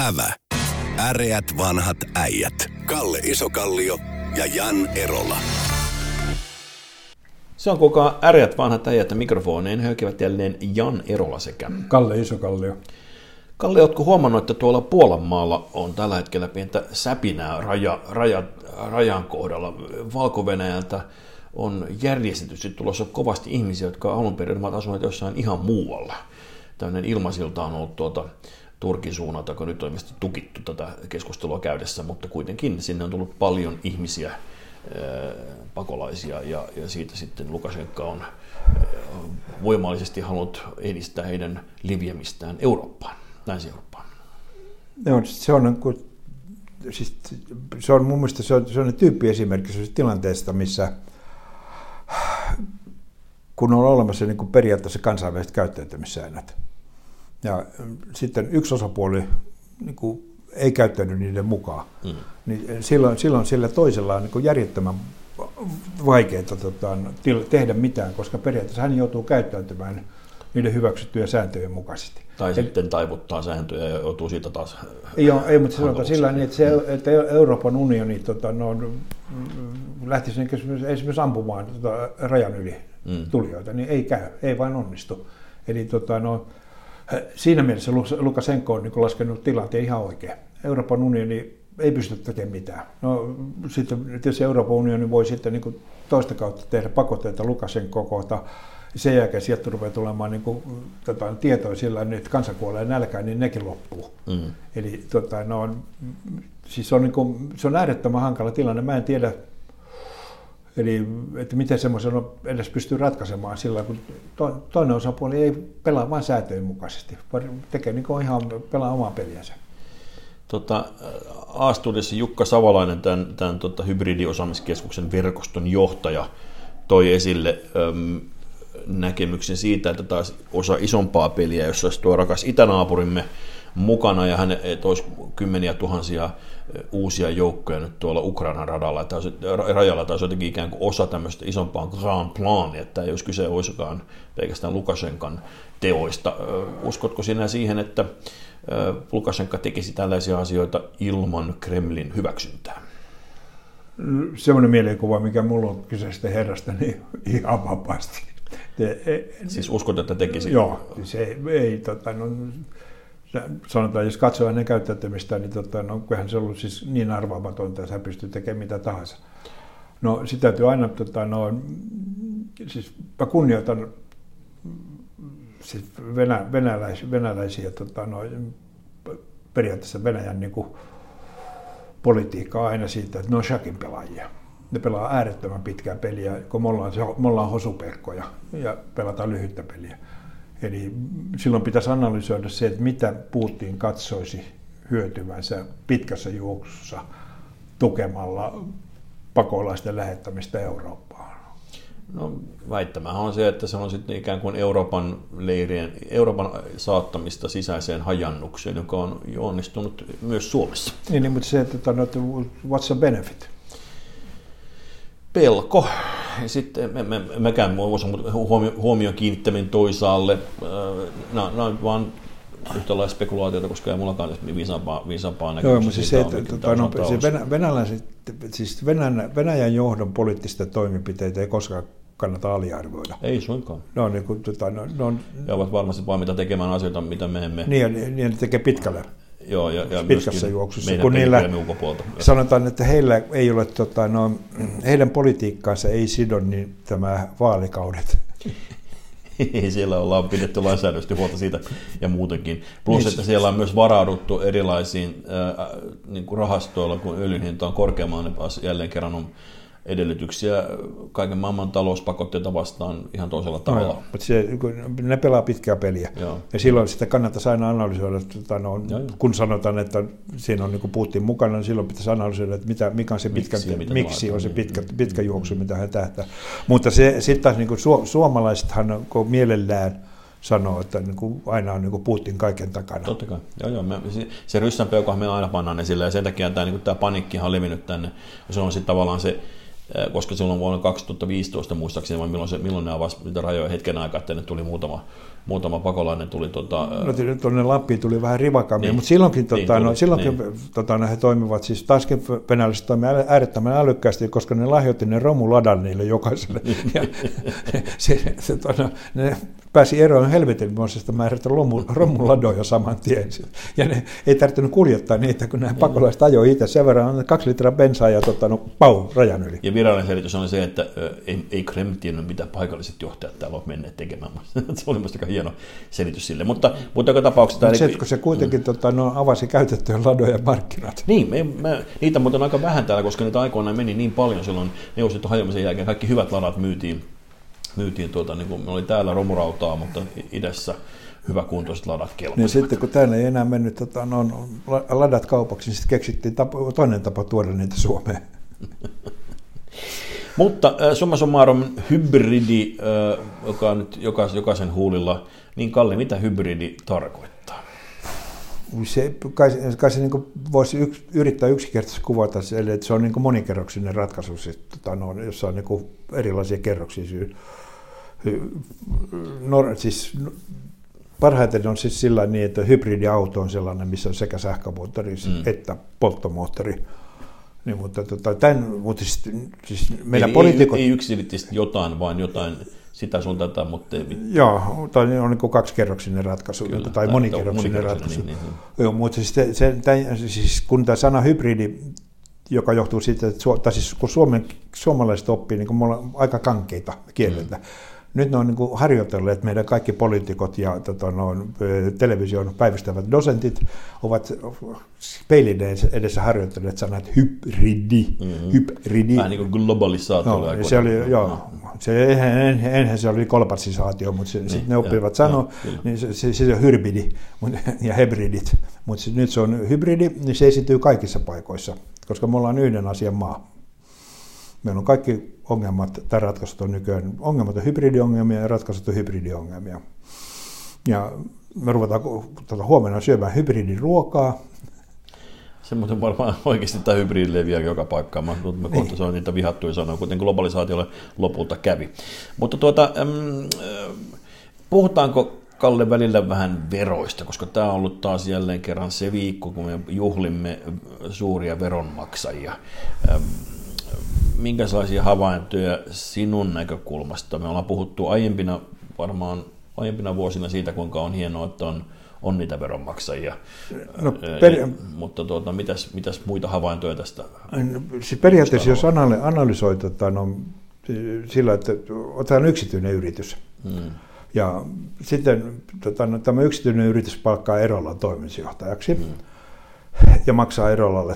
Ävä. Äreät vanhat äijät. Kalle Isokallio ja Jan Erola. Se on kukaan äreät vanhat äijät ja mikrofoneen höykivät jälleen Jan Erola sekä Kalle Isokallio. Kalle, ootko huomannut, että tuolla Puolanmaalla on tällä hetkellä pientä säpinää rajan kohdalla? Valko-Venäjältä on järjestetysti tulossa kovasti ihmisiä, jotka alun perin ovat asuneet jossain ihan muualla. Tällainen ilmasilta on ollut Turkin suunnalta, kun nyt on ilmeisesti tukittu tätä keskustelua käydessä, mutta kuitenkin sinne on tullut paljon ihmisiä, pakolaisia, ja siitä sitten Lukašenka on voimallisesti halunnut edistää heidän leviämistään Eurooppaan, Länsi-Eurooppaan. No, se on mun mielestä se on tyyppiesimerkki tilanteesta, missä kun on olemassa niin kuin periaatteessa kansainväliset käyttäytymissäännöt, ja sitten yksi osapuoli niin kuin ei käyttänyt niiden mukaan, niin silloin sillä toisella on niin kuin järjettömän vaikeaa tehdä mitään, koska periaatteessa hän joutuu käyttäytymään niiden hyväksyttyjen sääntöjen mukaisesti. Tai sitten taivuttaa sääntöjä ja joutuu siitä taas... Ei, mutta sanotaan sillä niin, että Euroopan unioni lähtisi esimerkiksi ampumaan rajan yli tulijoita, niin ei käy, ei vain onnistu. Eli siinä mielessä Lukašenka on niin laskenut tilanteen ihan oikein. Euroopan unioni ei pysty tekemään mitään. No, sitten tietysti Euroopan unioni voi sitten niin toista kautta tehdä pakotteita Lukašenkaa kohtaan. Sen jälkeen sieltä rupeaa tulemaan niin tietoa sillä, että kansa kuolee nälkään, niin nekin loppuu. Eli se on äärettömän hankala tilanne. Mä en tiedä, että miten semmoisen edes pystyy ratkaisemaan sillä, kun toinen osapuoli ei pelaa vain sääntöjen mukaisesti, vaan tekee pelaa omaa peliänsä. A-studiossa Jukka Savolainen, tämän hybridiosaamiskeskuksen verkoston johtaja, toi esille näkemyksen siitä, että taas osa isompaa peliä, jossa olisi tuo rakas itänaapurimme mukana ja hän olisi kymmeniä tuhansia uusia joukkoja nyt tuolla Ukrainan rajalla, tai jotenkin ikään kuin osa tämmöistä isompaa grand plania, että jos kyse olisikaan pelkästään Lukašenkan teoista. Uskotko sinä siihen, että Lukašenka tekisi tällaisia asioita ilman Kremlin hyväksyntää? Semmoinen mielikuva, mikä mulla on kyseistä herrasta, niin ihan vapaasti. Siis uskot, että tekisi? Joo, se ei sanotaan, jos katsoo hänen käyttäytymistä, niin kyllähän se on ollut siis niin arvaamatonta, että hän pystyy tekemään mitä tahansa. No, sitä täytyy aina, siis mä kunnioitan siis venäläisiä, periaatteessa Venäjän niin kuin politiikkaa aina siitä, että ne on shakin pelaajia. Ne pelaa äärettömän pitkää peliä, kun me ollaan hosupekkoja ja pelataan lyhyttä peliä. Eli silloin pitäisi analysoida se, että mitä Putin katsoisi hyötyvänsä pitkässä juoksussa tukemalla pakolaisten lähettämistä Eurooppaan. No, väittämähän on se, että se on sitten ikään kuin Euroopan saattamista sisäiseen hajannukseen, joka on jo onnistunut myös Suomessa. Niin mutta se, että what's the benefit? Pelko. Sitten mäkään huomion kiinnittäminen toisaalle. Nämä on vaan yhtä lailla spekulaatiota, koska ei mullakaan viisaampaa näkemystä. Joo, mutta siis Venäjän johdon poliittista toimenpiteitä ei koskaan kannata aliarvoida. Ei suinkaan. Ne ovat varmasti valmiita tekemään asioita, mitä me emme... Niin, ne tekee pitkällä. Joo, ja pitkässä juoksussa, kun niillä sanotaan, että heillä ei ole, heidän politiikkaansa ei sido niin tämä vaalikaudet. Siellä ollaan pidetty lainsäädännöllisesti huolta siitä ja muutenkin. Plus, että siellä on myös varauduttu erilaisiin niin kuin rahastoilla, kun öljyn hinta on korkeamman, niin jälleen kerran on edellytyksiä kaiken maailman talouspakotteita vastaan ihan toisella tavalla. No, mutta ne pelaa pitkää peliä. Joo. Ja silloin sitä kannattaisi aina analysoida, kun sanotaan, että siinä on niin Putin mukana, niin silloin pitäisi analysoida, että mikä on se miksi on se pitkä juoksu, mitä hän tähtää. Mutta sitten taas niin suomalaisethan mielellään sanoo, että aina on Putin kaiken takana. Totta kai. Joo. Se ryssänpeukahan me aina pannaan esille, ja sen takia tämä paniikkihan on levinnyt tänne. Se on sitten tavallaan se, koska silloin vuonna 2015 muistaakseni, vai milloin ne avasi niitä rajoja hetken aikaa, että tänne tuli muutama muutama pakolainen tuli. No tuonne Lappiin tuli vähän rivakammin, mutta silloinkin, he toimivat, siis taaskin venäläiset toimivat äärettömän älykkäästi, koska ne lahjoitti ne romuladan niille jokaiselle. Ja ne pääsi eroon helvetinmoisesta määrästä romuladoja saman tien. Ja ne ei tarvinnut kuljettaa niitä, kun nämä pakolaiset ajoi itse sen verran 2 litraa bensaa ja rajan yli. Ja virallinen selitys on se, että ei Kreml tiennyt, mitä paikalliset johtajat täällä on menneet tekemään. Se oli minusta hieno selitys sille. Mutta joka tapauksessa... Mutta se kuitenkin avasi käytettyjä ladoja markkinat. Niin, niitä muuten aika vähän täällä, koska niitä aikoinaan meni niin paljon silloin Neuvostoliiton hajoamisen jälkeen. Kaikki hyvät ladat myytiin niin kuin me oli täällä romurautaa, mutta idässä hyväkuntoiset ladat kelpasivat. Niin sitten kun täällä ei enää mennyt ladat kaupaksi, niin sitten keksittiin toinen tapa tuoda niitä Suomeen. Mutta summa summarum hybridi, joka on nyt jokaisen huulilla, niin Kalle, mitä hybridi tarkoittaa? Kai se niin voisi yrittää yksinkertaisesti kuvata, että se on niin monikerroksinen ratkaisu, jossa on niin erilaisia kerroksia. Siis parhaiten on siis sillä niin, että hybridiauto on sellainen, missä on sekä sähkömoottori että polttomoottori. Niin, mutta siis meidän poliitikot... Ei yksiselitteisesti jotain, vaan jotain sitä sun tätä, mutta... Joo, tai on niin kaksikerroksinen ratkaisu, kyllä, tai monikerroksinen ratkaisu. Niin. Joo, mutta siis kun tämä sana hybridi, joka johtuu siitä, että kun suomalaiset oppii, niin me ollaan aika kankeita kieleltä. Nyt ne on niin harjoitelleet, meidän kaikki poliitikot ja television päivystävät dosentit ovat peilin edessä harjoitelleet sanat hybridi. Hybridi. Vähän niin kuin globalisaatio. No, se oli kolparsisaatio, mutta sitten ne oppivat sanoa, niin se on hybridi ja hybridit. Mutta nyt se on hybridi, niin se esiintyy kaikissa paikoissa, koska me ollaan yhden asian maa. Meillä on kaikki ongelmat, tai ratkaisut on nykyään, ongelmat on hybridiongelmia ja ratkaisut on hybridiongelmia. Ja me ruvetaan huomenna syömään hybridiruokaa. Se muuten varmaan oikeasti tämä hybridi leviää joka paikkaan. Mä kontosoin niitä vihattuja sanoja, kuten globalisaatiolle lopulta kävi. Mutta puhutaanko Kalle välillä vähän veroista, koska tämä on ollut taas jälleen kerran se viikko, kun me juhlimme suuria veronmaksajia. Minkälaisia havaintoja sinun näkökulmasta? Me ollaan puhuttu aiempina vuosina siitä, kuinka on hienoa, että on niitä veronmaksajia. No, mutta mitäs muita havaintoja tästä? Siis periaatteessa jos analysoi sillä, että otetaan yksityinen yritys. Ja sitten tämä yksityinen yritys palkkaa Erolan toimitusjohtajaksi ja maksaa Erolalle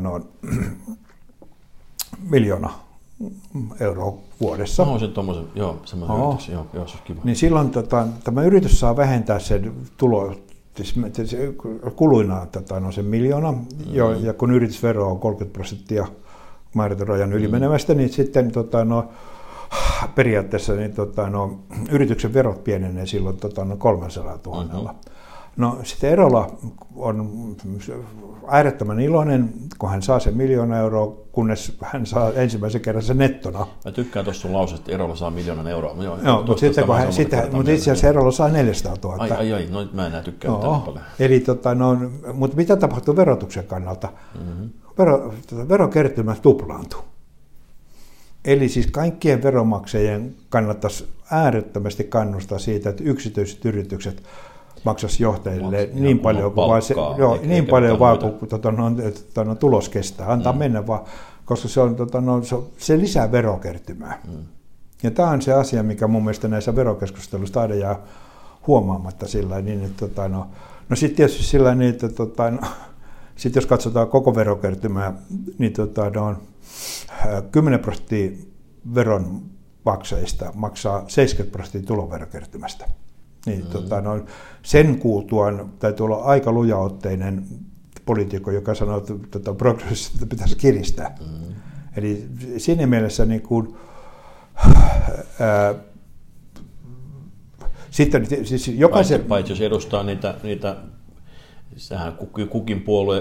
1 000 000 euroa vuodessa. No, se tommosen, joo, semmoinen yritys, joo, se on kiva. Niin silloin tämä yritys saa vähentää sen kuluina sen 1 000 000, ja kun yritysvero on 30% määrätyn rajan ylimenevästä, niin sitten periaatteessa yrityksen verot pienenee silloin 300 000. No sitten Erola on äärettömän iloinen, kun hän saa sen 1 000 000 euroa, kunnes hän saa ensimmäisen kerran sen nettona. Mä tykkään tuossa sun lausesta, että Erola saa 1 000 000 euroa. Joo, mutta itse asiassa Erola saa 400 000. No mä enää tykkään tällä paljon. Eli, mutta mitä tapahtuu verotuksen kannalta? Verokertymä tuplaantuu. Eli siis kaikkien veronmaksajien kannattaisi äärettömästi kannustaa siitä, että yksityiset yritykset maksaisi johtajille niin paljon kuin tulos kestää. Antaa mennä vaan, koska se lisää verokertymää. Ja tämä on se asia, mikä mun mielestä näissä verokeskusteluissa aina jää huomaamatta sillä niin, että sitten tietysti sillä niin, että sitten jos katsotaan koko verokertymää, niin 10% veronmaksajista maksaa 70% tuloverokertymästä. Niin, sen kuultuaan täytyy olla aika lujaotteinen poliitikko, joka sanoo, että progressiota pitäisi kiristää. Eli siinä mielessä niin kuin, sitten siis jokaisen... Paitsi jos edustaa niitä sehän kukin puolue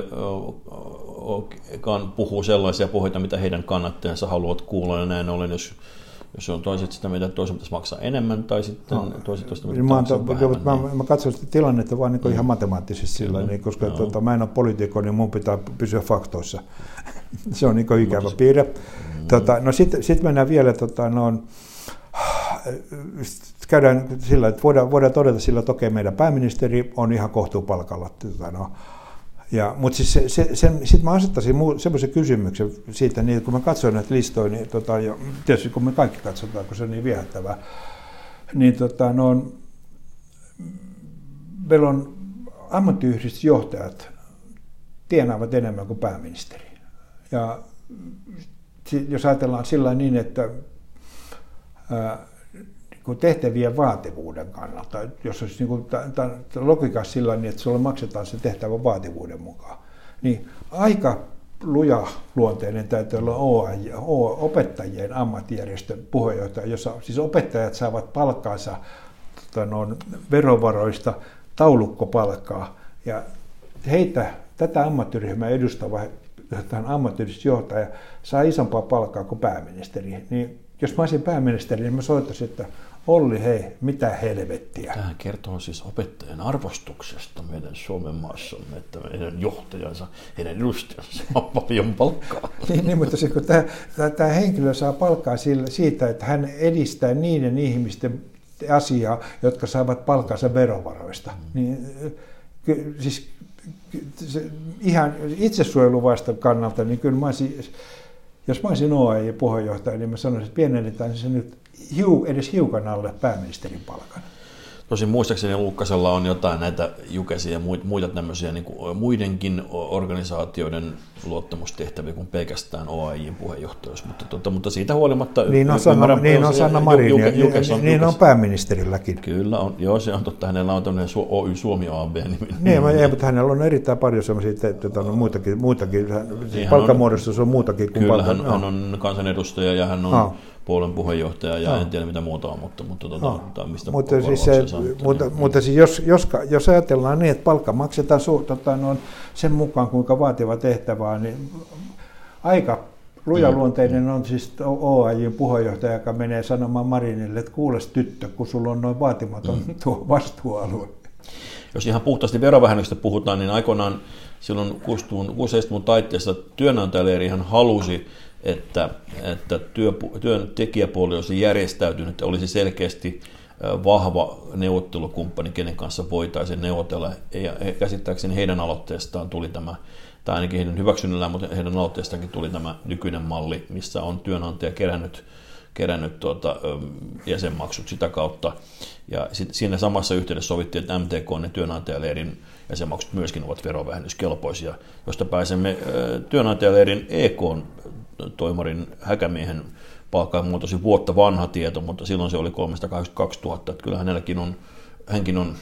puhuu sellaisia puheita, mitä heidän kannattajansa haluavat kuulla, ja näin ollen, jos Jos on toiset sitä mieltä, että toisen pitäisi maksaa enemmän, tai sitten toiset sitä mieltä, että vähemmän. Mä katson sitä tilannetta vaan niin ihan matemaattisesti sillä, niin, koska mä en ole poliitikko, niin mun pitää pysyä faktoissa. Se on niin ikävä piirre. No sitten mennään vielä, käydään sillä, että voidaan todeta sillä, että okei, meidän pääministeri on ihan kohtuupalkalla. Mutta siis sitten mä asettaisin semmoisen kysymyksen siitä, niin, että kun mä katsoin näitä listoja, niin, ja tietysti kun me kaikki katsotaan, kun se on niin viehättävää, niin meillä on ammattiyhdistysjohtajat tienaavat enemmän kuin pääministeri. Ja jos ajatellaan sillä niin, että tehtävien vaativuuden kannalta, jos olisi logiikassa sillä niin, että sulle maksetaan se tehtävän vaativuuden mukaan, niin aika luja luonteinen täytyy olla opettajien ammattijärjestön puheenjohtaja, jossa siis opettajat saavat palkkaansa verovaroista taulukkopalkkaa, ja tätä ammattiryhmää edustava ammattiyhdistysjohtaja saa isompaa palkkaa kuin pääministeri. Niin jos mä olisin pääministeri, niin mä soittaisin, että Olli, hei, mitä helvettiä. Tähän kertoo siis opettajan arvostuksesta meidän Suomen maassamme, että meidän johtajansa, heidän edustajansa saa paljon palkkaa. Niin, mutta kun tämä henkilö saa palkkaa siitä, että hän edistää niiden ihmisten asiaa, jotka saavat palkkansa verovaroista. Niin, siis ihan itsesuojeluvasta kannalta, niin kyllä jos mä olisin OAJ-puheenjohtaja, niin mä sanoisin, että pienennetään se nyt edes hiukan alle pääministerin palkan. Tosin muistaakseni Lukkasella on jotain näitä Jukesia ja muita tämmöisiä niin kuin muidenkin organisaatioiden luottamustehtäviä kuin pelkästään OAJ:n puheenjohtajuus, mutta siitä huolimatta... Niin on Sanna Marin, niin on pääministerilläkin. Kyllä on, joo se on totta, hänellä on tämmöinen Oy Suomi AB-nimi. Niin, mutta hänellä on erittäin paljon sellaisia, että on muitakin siis palkanmuodostus on muutakin kuin palkan. Kyllä, hän on kansanedustaja ja hän on puolen puheenjohtaja ja en tiedä mitä muuta on, mistä mutta siis jos ajatellaan niin, että palkka maksetaan sen mukaan, kuinka vaativa tehtävä on, niin aika lujaluonteinen on siis OAJ:n puheenjohtaja, joka menee sanomaan Marinille, että kuules tyttö, kun sulla on noin vaatimaton tuo vastuualue. Jos ihan puhtaasti verovähennyksestä puhutaan, niin aikoinaan silloin 60-70-luvun taitteessa työnantajaleirihan halusi, että työntekijäpuoli olisi järjestäytynyt, että olisi selkeästi vahva neuvottelukumppani, kenen kanssa voitaisiin neuvotella. Ja käsittääkseni heidän aloitteestaan tuli tämä, tai ainakin heidän hyväksynnällään, mutta heidän aloitteestaankin tuli tämä nykyinen malli, missä on työnantaja kerännyt jäsenmaksut sitä kautta. Ja siinä samassa yhteydessä sovittiin, että MTK ja työnantajaleirin jäsenmaksut myöskin ovat verovähennyskelpoisia, josta pääsemme työnantajaleirin EK-toimarin Häkämiehen palkkaan muotoisin vuotta vanha tieto, mutta silloin se oli 382 000, että kyllä hänkin on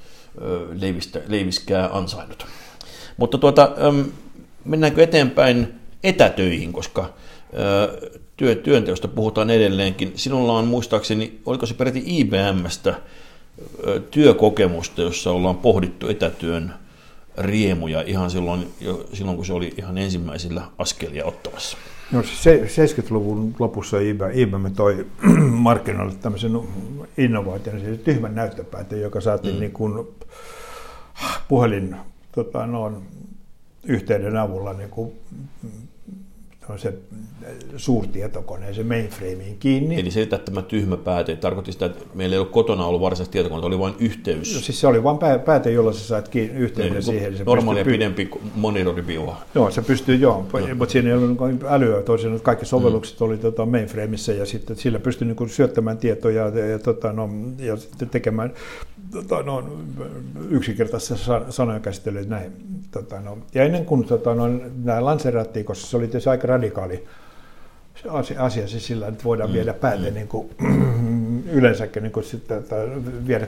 leiviskää ansainnut. Mutta mennäänkö eteenpäin etätöihin, koska työnteosta puhutaan edelleenkin. Sinulla on muistaakseni, oliko se peräti IBM:stä työkokemusta, jossa ollaan pohdittu etätyön riemuja ihan silloin kun se oli ihan ensimmäisillä askelia ottamassa. No 70-luvun lopussa IBM toi markkinoille tämmöisen innovaation, siis tyhmän näyttöpäätön, joka saatiin niin kuin puhelin yhteyden avulla niin kuin se suurtietokone, se mainframeen kiinni. Eli se, että tämä tyhmä pääte tarkoitti sitä, että meillä ei ollut kotona ollut varsinaisesti tietokoneita, oli vain yhteys. No, siis se oli vain pääte, jolla sä saat yhteyden niin, siihen. Normaalia pidempi monitoripiuha. Joo, se pystyy mutta siinä ei ollut älyä, toisin kaikki sovellukset oli mainframeissa ja sitten sillä pystyi niin syöttämään tietoja ja sitten tekemään yksinkertaisia sanojen käsittelyä näin. Ja ennen kuin nämä lanseerattiin, koska se oli tietysti aika radikaali asia siis sillä, että voidaan viedä pääte niin kuin, yleensäkin niin kuin sitten, viedä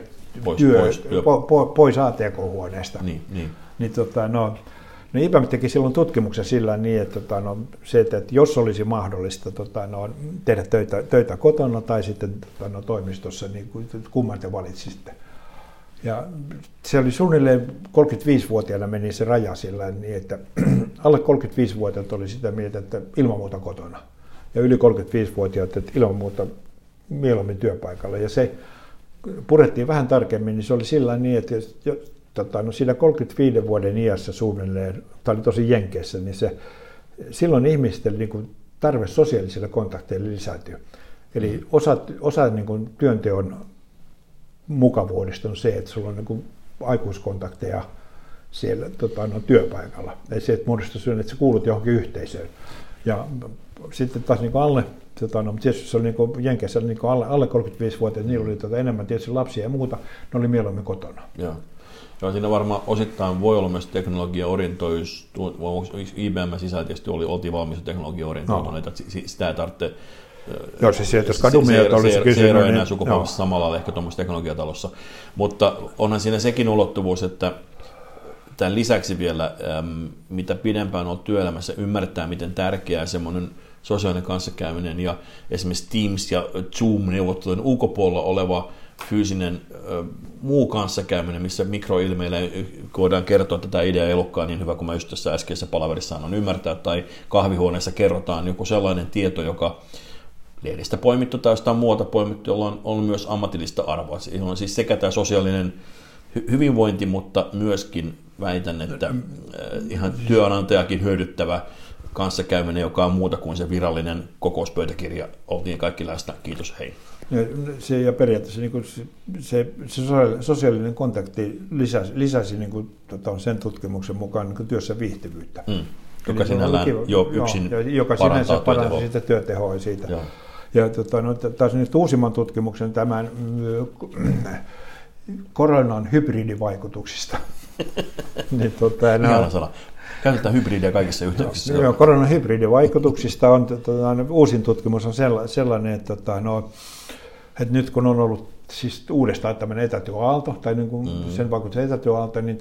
pois ATK-huoneesta. Niin IBM teki silloin tutkimuksen sillä niin, että, että jos olisi mahdollista tehdä töitä kotona tai sitten toimistossa, niin kumman te valitsisitte. Ja se oli suunnilleen 35-vuotiaana meni se raja sillä niin, että alle 35-vuotiaat oli sitä mieltä, että ilman muuta kotona. Ja yli 35-vuotiaat, että ilman muuta mieluummin työpaikalla. Ja se purettiin vähän tarkemmin, niin se oli sillä niin, että siinä 35 vuoden iässä suunnilleen, tämä oli tosi Jenkeissä, niin silloin ihmisten niin kuin tarve sosiaalisille kontakteille lisääntyy. Eli osa niin kuin työnteon mukavuudesta on se, että sulla on niin kuin aikuiskontakteja siellä työpaikalla. Eli se, että muodostuu sen, että sä kuulut johonkin yhteisöön. Ja sitten taas niin kuin tietysti se oli niin kuin Jenkeissä niin kuin alle 35-vuotiaat, niillä oli enemmän tietysti lapsia ja muuta, ne oli mieluummin kotona. Joo, siinä varmaan osittain voi olla myös teknologia-orientoistuneita, IBM sisällä tietysti oltiin valmis teknologia-orientoituneita, sitä ei tarvitse. Joo, siis se, jos kadumieheltä olisi kysynyt. Se ei ole enää sukupolvessa samalla lailla ehkä tuommoisessa teknologiatalossa, mutta onhan siinä sekin ulottuvuus, että tämän lisäksi vielä, mitä pidempään on ollut työelämässä, ymmärtää, miten tärkeää semmoinen sosiaalinen kanssakäyminen ja esimerkiksi Teams ja Zoom-neuvottelujen ulkopuolella oleva fyysinen muu kanssakäyminen, missä mikroilmeillä voidaan kertoa, että tämä idea ei ollutkaan niin hyvä kuin mä just tässä äskeisessä palaverissa sanon ymmärtää, tai kahvihuoneessa kerrotaan joku sellainen tieto, joka lehdistä poimittu tai jostain muuta poimittu, jolla on myös ammatillista arvoa. Se on siis sekä tämä sosiaalinen hyvinvointi, mutta myöskin väitän, että ihan työnantajakin hyödyttävä kanssakäyminen, joka on muuta kuin se virallinen kokouspöytäkirja. Oltiin kaikki läsnä. Kiitos, hei. Ja periaatteessa niin se sosiaalinen kontakti lisäsi niin kuin, sen tutkimuksen mukaan niin työssä viihtyvyyttä. Joka sinällään jo yksin joka sinänsä paransi sitä työtehoa siitä. Ja taas nyt uusimman tutkimuksen tämän koronan hybridivaikutuksista. Niin, sana. Käytetään hybridiä kaikissa yhteyksissä. Joo, koronan hybridivaikutuksista on uusin tutkimus on sellainen, että nyt kun on ollut siis uudestaan tämmöinen etätyöaalto, tai niin kuin sen vaikutus etätyöaalto, niin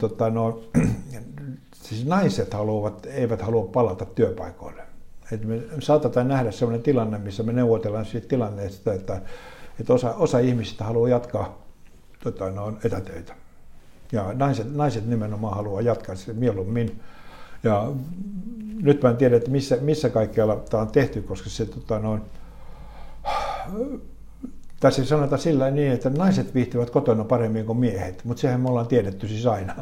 siis naiset eivät halua palata työpaikoille. Et me saatetaan nähdä sellainen tilanne, missä me neuvotellaan siitä tilanteesta, että osa ihmisistä haluaa jatkaa etätöitä. Ja naiset nimenomaan haluaa jatkaa sitä mieluummin. Ja nyt mä en tiedä, että missä kaikkialla tämä on tehty, koska se tässä sanotaan sillä niin, että naiset viihtyvät kotona paremmin kuin miehet, mutta sehän me ollaan tiedetty siis aina.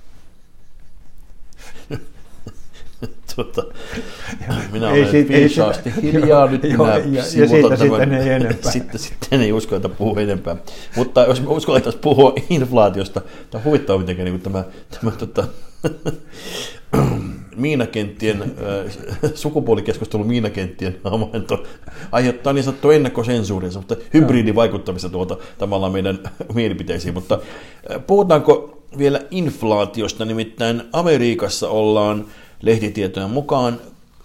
Minä olen viisaasti hiljaa nyt. Ja siitä sitten ei enempää. Sitten ei uskalleta puhua enempää. Mutta jos me uskalletaan puhua inflaatiosta, tämä on huvittava mitenkään niin tämä miinakenttien, sukupuolikeskustelu miinakenttien havainto aiheuttaa niin sanottu ennakkosensuuria, mutta hybridivaikuttamista tavallaan meidän mielipiteisiin. Mutta puhutaanko vielä inflaatiosta, nimittäin Amerikassa ollaan lehtitietojen mukaan,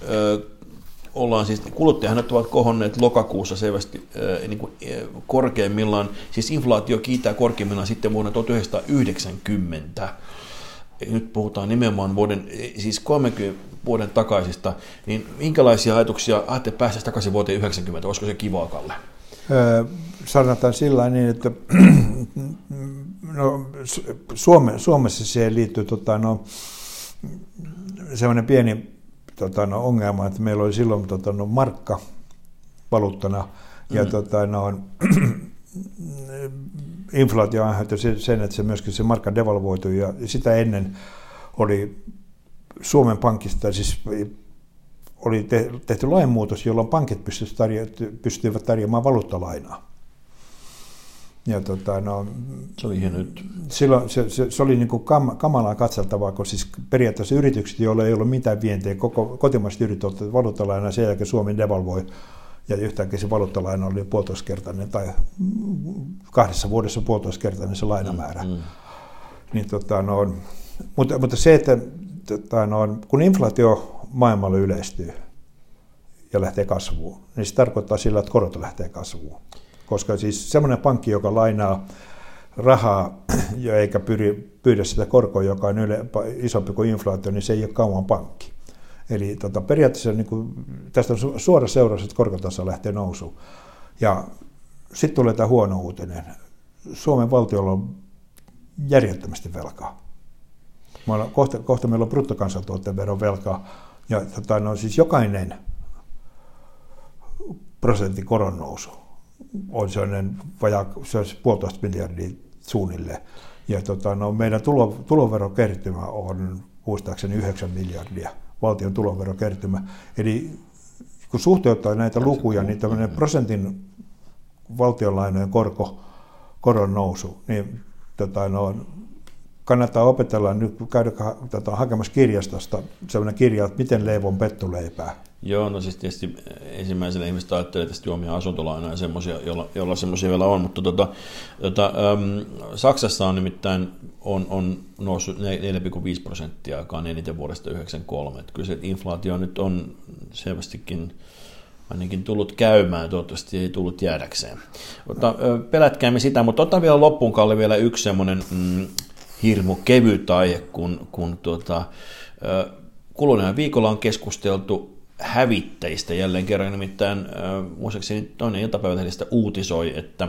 siis kuluttajahinnat ovat kohonneet lokakuussa selvästi korkeimmillaan, siis inflaatio kiitää korkeimmillaan sitten vuonna 1990. Nyt puhutaan nimenomaan siis 30 vuoden takaisista, niin minkälaisia ajatuksia ajattelee päästä takaisin vuoteen 90? Olisiko se kivaa, Kalle? Sanotaan sillä niin, että Suomessa siihen liittyy sellainen pieni ongelma, että meillä oli silloin markka valuuttana ja inflaatio aiheutti sen, että se myöskin se markka devalvoitui ja sitä ennen oli Suomen Pankista siis oli tehty lainmuutos, jolloin pankit pystyivät tarjoamaan valuuttalainaa. Ja se oli nyt. Silloin se oli niin kuin kamalaa katseltavaa, kun siis periaatteessa yritykset, joilla ei ollut mitään vientiä, kotimaiset yritykset ottivat valuuttalainaa, sen jälkeen Suomi devalvoi ja yhtäkkiä se valuuttalaina oli 1,5-kertainen tai 2 vuodessa 1,5-kertainen se lainamäärä. Niin, mutta se, että kun inflaatio maailmalla yleistyy ja lähtee kasvuun, niin se tarkoittaa sillä, että korot lähtee kasvuun. Koska siis semmoinen pankki, joka lainaa rahaa ja eikä pyydä sitä korkoa, joka on isompi kuin inflaatio, niin se ei ole kauan pankki. Eli periaatteessa niin kuin, tästä on suora seuraus, että korkotaso lähtee nousuun. Ja sitten tulee tämä huono uutinen. Suomen valtiolla on järjettömästi velkaa. Kohta meillä on bruttokansantuotteen veron velkaa. Ja siis jokainen prosentin koron nousu on sellainen se olisi 1,5 miljardia suunnilleen. Ja meidän tuloverokertymä on muistaakseni 9 miljardia, valtion tuloverokertymä. Eli kun suhteuttaa näitä lukuja, niin tämmöinen prosentin valtionlainojen koron nousu, niin kannattaa opetella nyt käydä hakemassa kirjastosta sellainen kirja, että miten leivon pettuleipää. Joo, no siis tietysti ensimmäisenä ihmiset ajattelee tästä juomia asuntolainoja ja semmoisia, joilla semmoisia vielä on, mutta Saksassa on nimittäin on noussut 4,5% aikaan eniten vuodesta 1993. Kyllä se inflaatio nyt on selvästikin ainakin tullut käymään, toivottavasti ei tullut jäädäkseen. Pelätkäämme sitä, mutta otan vielä loppuun, Kalle, vielä yksi semmoinen hirmu kevyt aihe, kun kuluneena viikolla on keskusteltu hävittäjistä jälleen kerran, nimittäin muistaakseni toinen iltapäivälehdistä uutisoi, että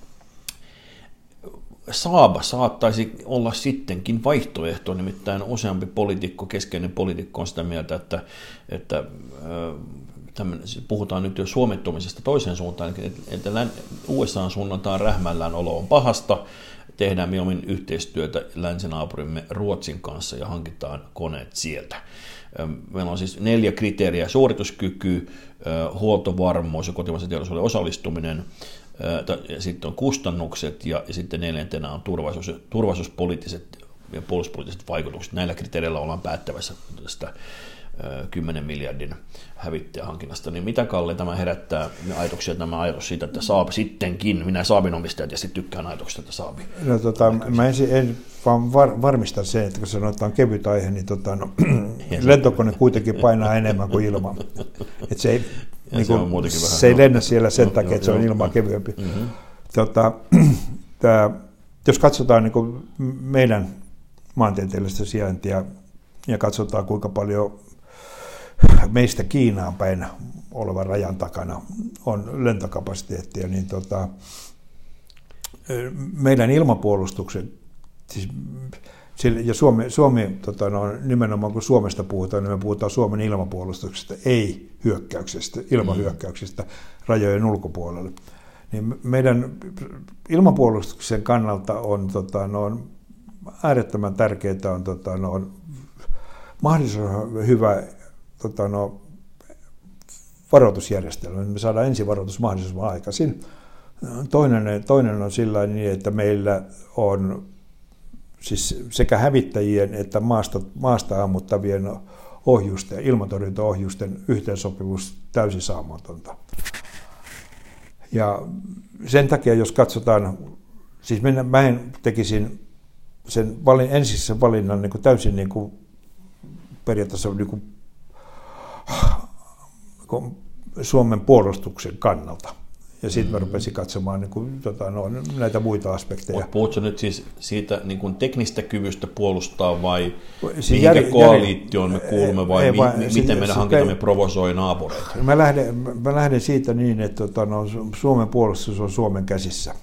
Saab saattaisi olla sittenkin vaihtoehto, nimittäin useampi keskeinen poliitikko on sitä mieltä, että puhutaan nyt jo suomettumisesta toiseen suuntaan, että USA:n suunnaltaan rähmällään olo on pahasta, tehdään mieluummin yhteistyötä länsinaapurimme Ruotsin kanssa ja hankitaan koneet sieltä. Meillä on siis 4 kriteeriä: suorituskyky, huoltovarmuus ja kotimaisen teollisuuden osallistuminen, sitten on kustannukset ja sitten 4. on turvallisuuspoliittiset ja puolustuspoliittiset vaikutukset. Näillä kriteereillä ollaan päättävässä tästä 10 miljardin hävittäjähankinnasta. Niin mitä, Kalle, tämä herättää ajatuksia, tämä ajatus siitä, että Saab sittenkin, minä Saabin omistaja tietysti tykkään ajatuksesta, että Saab. No, mä en vaan varmistan sen, että kun sanotaan kevyt aihe, niin lentokone kuitenkin painaa enemmän kuin ilma. Että se ei lennä siellä sen takia, että se on ilmaa kevyempi. Mm-hmm. Jos katsotaan niin meidän maantieteellistä sijaintia ja katsotaan, kuinka paljon meistä Kiinaan päin olevan rajan takana on lentokapasiteettia, niin meidän ilmapuolustuksen, siis, ja Suomi nimenomaan kun Suomesta puhutaan, niin me puhutaan Suomen ilmapuolustuksesta, ei hyökkäyksestä, ilmahyökkäyksestä rajojen ulkopuolelle. Niin meidän ilmapuolustuksen kannalta on äärettömän tärkeää on mahdollisimman hyvä varoitusjärjestelmä. Me saadaan ensivaroitus mahdollisimman aikaisin. Toinen on sillä niin, että meillä on siis sekä hävittäjien että maasta ammuttavien ohjusten ja ilmatorjuntaohjusten yhteensopivuus täysin saamatonta. Ja sen takia, jos katsotaan, siis mä tekisin sen ensisijaisen valinnan niin kuin täysin niin kuin periaatteessa niin kuin Suomen puolustuksen kannalta. Ja sitten mä rupesin katsomaan niin kuin, näitä muita aspekteja. Puhutko nyt siis siitä niin kuin teknistä kyvystä puolustaa vai mihinkä koalitioon me kuulumme vai miten meidän hankintamme provosoi naapureita? Mä lähden siitä niin, että Suomen puolustus on Suomen käsissä.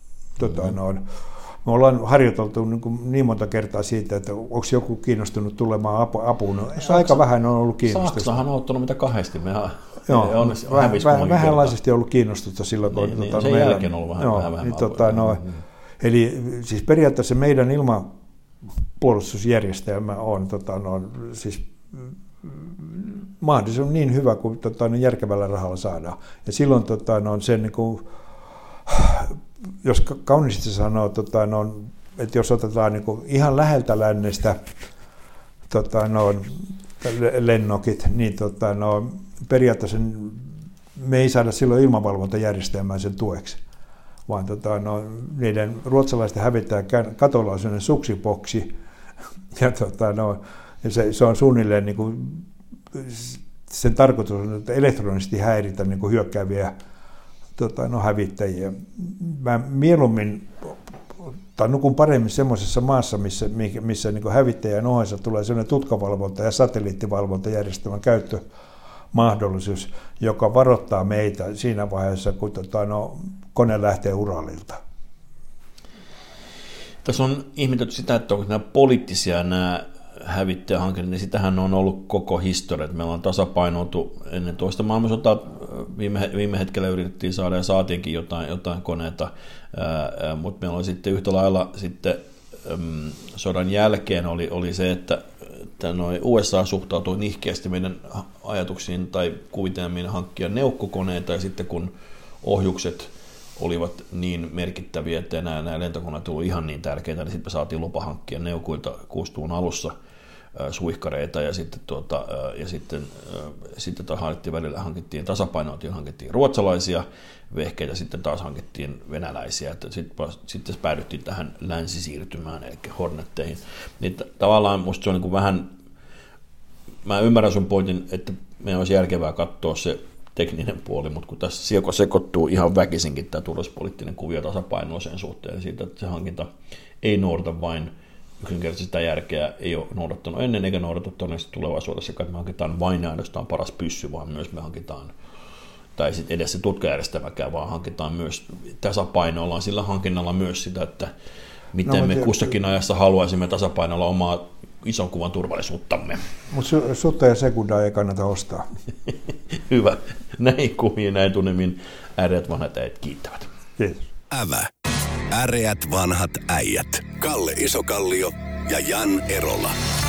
Me ollaan harjoiteltu niin monta kertaa siitä, että onko joku kiinnostunut tulemaan apuun. Aika vähän on ollut kiinnostusta. Saksahan on ottanut mitä kahdesti. Vähänlaisesti on ollut kiinnostusta silloin, kun sen jälkeen on ollut vähän. Eli siis periaatteessa meidän ilmapuolustusjärjestelmä on siis mahdollisimman niin hyvä kuin järkevällä rahalla saadaan. Ja silloin on sen niin kuin, jos kauniisti sanoo, että jos otetaan niin kuin ihan läheltä lännestä lennokit, niin periaatteessa me ei saada silloin ilmavalvontajärjestelmää sen tueksi, vaan niiden ruotsalaisten hävittäjän katolla on sellainen suksiboksi, ja se on suunnilleen niin kuin, sen tarkoitus on, että elektronisesti häiritä niin kuin hyökkääviä hävittäjiä. Mä mieluummin nukun paremmin semmoisessa maassa, missä niin kuin hävittäjän ohessa tulee sellainen tutkavalvonta- ja satelliittivalvontajärjestelmän käyttömahdollisuus, joka varoittaa meitä siinä vaiheessa, kun kone lähtee Uralilta. Tässä on ihmetelty sitä, että onko nämä poliittisia nämä hävittäjähanke, niin sitähän on ollut koko historia. Meillä on tasapainoitu ennen toista maailmansotaa. Viime hetkellä yritettiin saada ja saatiinkin jotain koneita, mutta meillä oli sitten yhtä lailla sitten sodan jälkeen oli se, että USA suhtautui nihkeästi meidän ajatuksiin tai kuvitelmiin hankkia neukkokoneita, ja sitten kun ohjukset olivat niin merkittäviä, että nämä lentokoneet olivat ihan niin tärkeitä, niin sitten me saatiin lupa hankkia neukuilta 60-luvun alussa suihkareita, ja sitten hankittiin tasapainoitiin, hankittiin ruotsalaisia vehkeitä, sitten taas hankittiin venäläisiä, että sitten päädyttiin tähän länsisiirtymään, eli Hornetteihin. Niin tavallaan musta se on niin kuin vähän, mä ymmärrän sun pointin, että meidän olisi järkevää katsoa se tekninen puoli, mutta kun tässä sekoittuu ihan väkisinkin tämä turvallisuuspoliittinen kuvio tasapainoa sen suhteen siitä, että se hankinta ei noudata yksinkertaisesti sitä järkeä, ei ole noudattanut ennen eikä noudata todennäköisesti tulevaisuudessa, että me hankitaan vain ainoastaan paras pyssy, vaan myös me hankitaan, tai sitten edes se tutkajärjestelmäkään, vaan hankitaan myös tasapainoillaan sillä hankinnalla myös sitä, että miten me kussakin ajassa haluaisimme tasapainoilla omaa ison kuvan turvallisuuttamme. Mutta sutta ja sekundaa ei kannata ostaa. Hyvä. Näin kuviin, näin tunnemin äreät vanhat äijät kiittävät. Kiitos. Äreät vanhat äijät. Kalle Isokallio ja Jan Erola.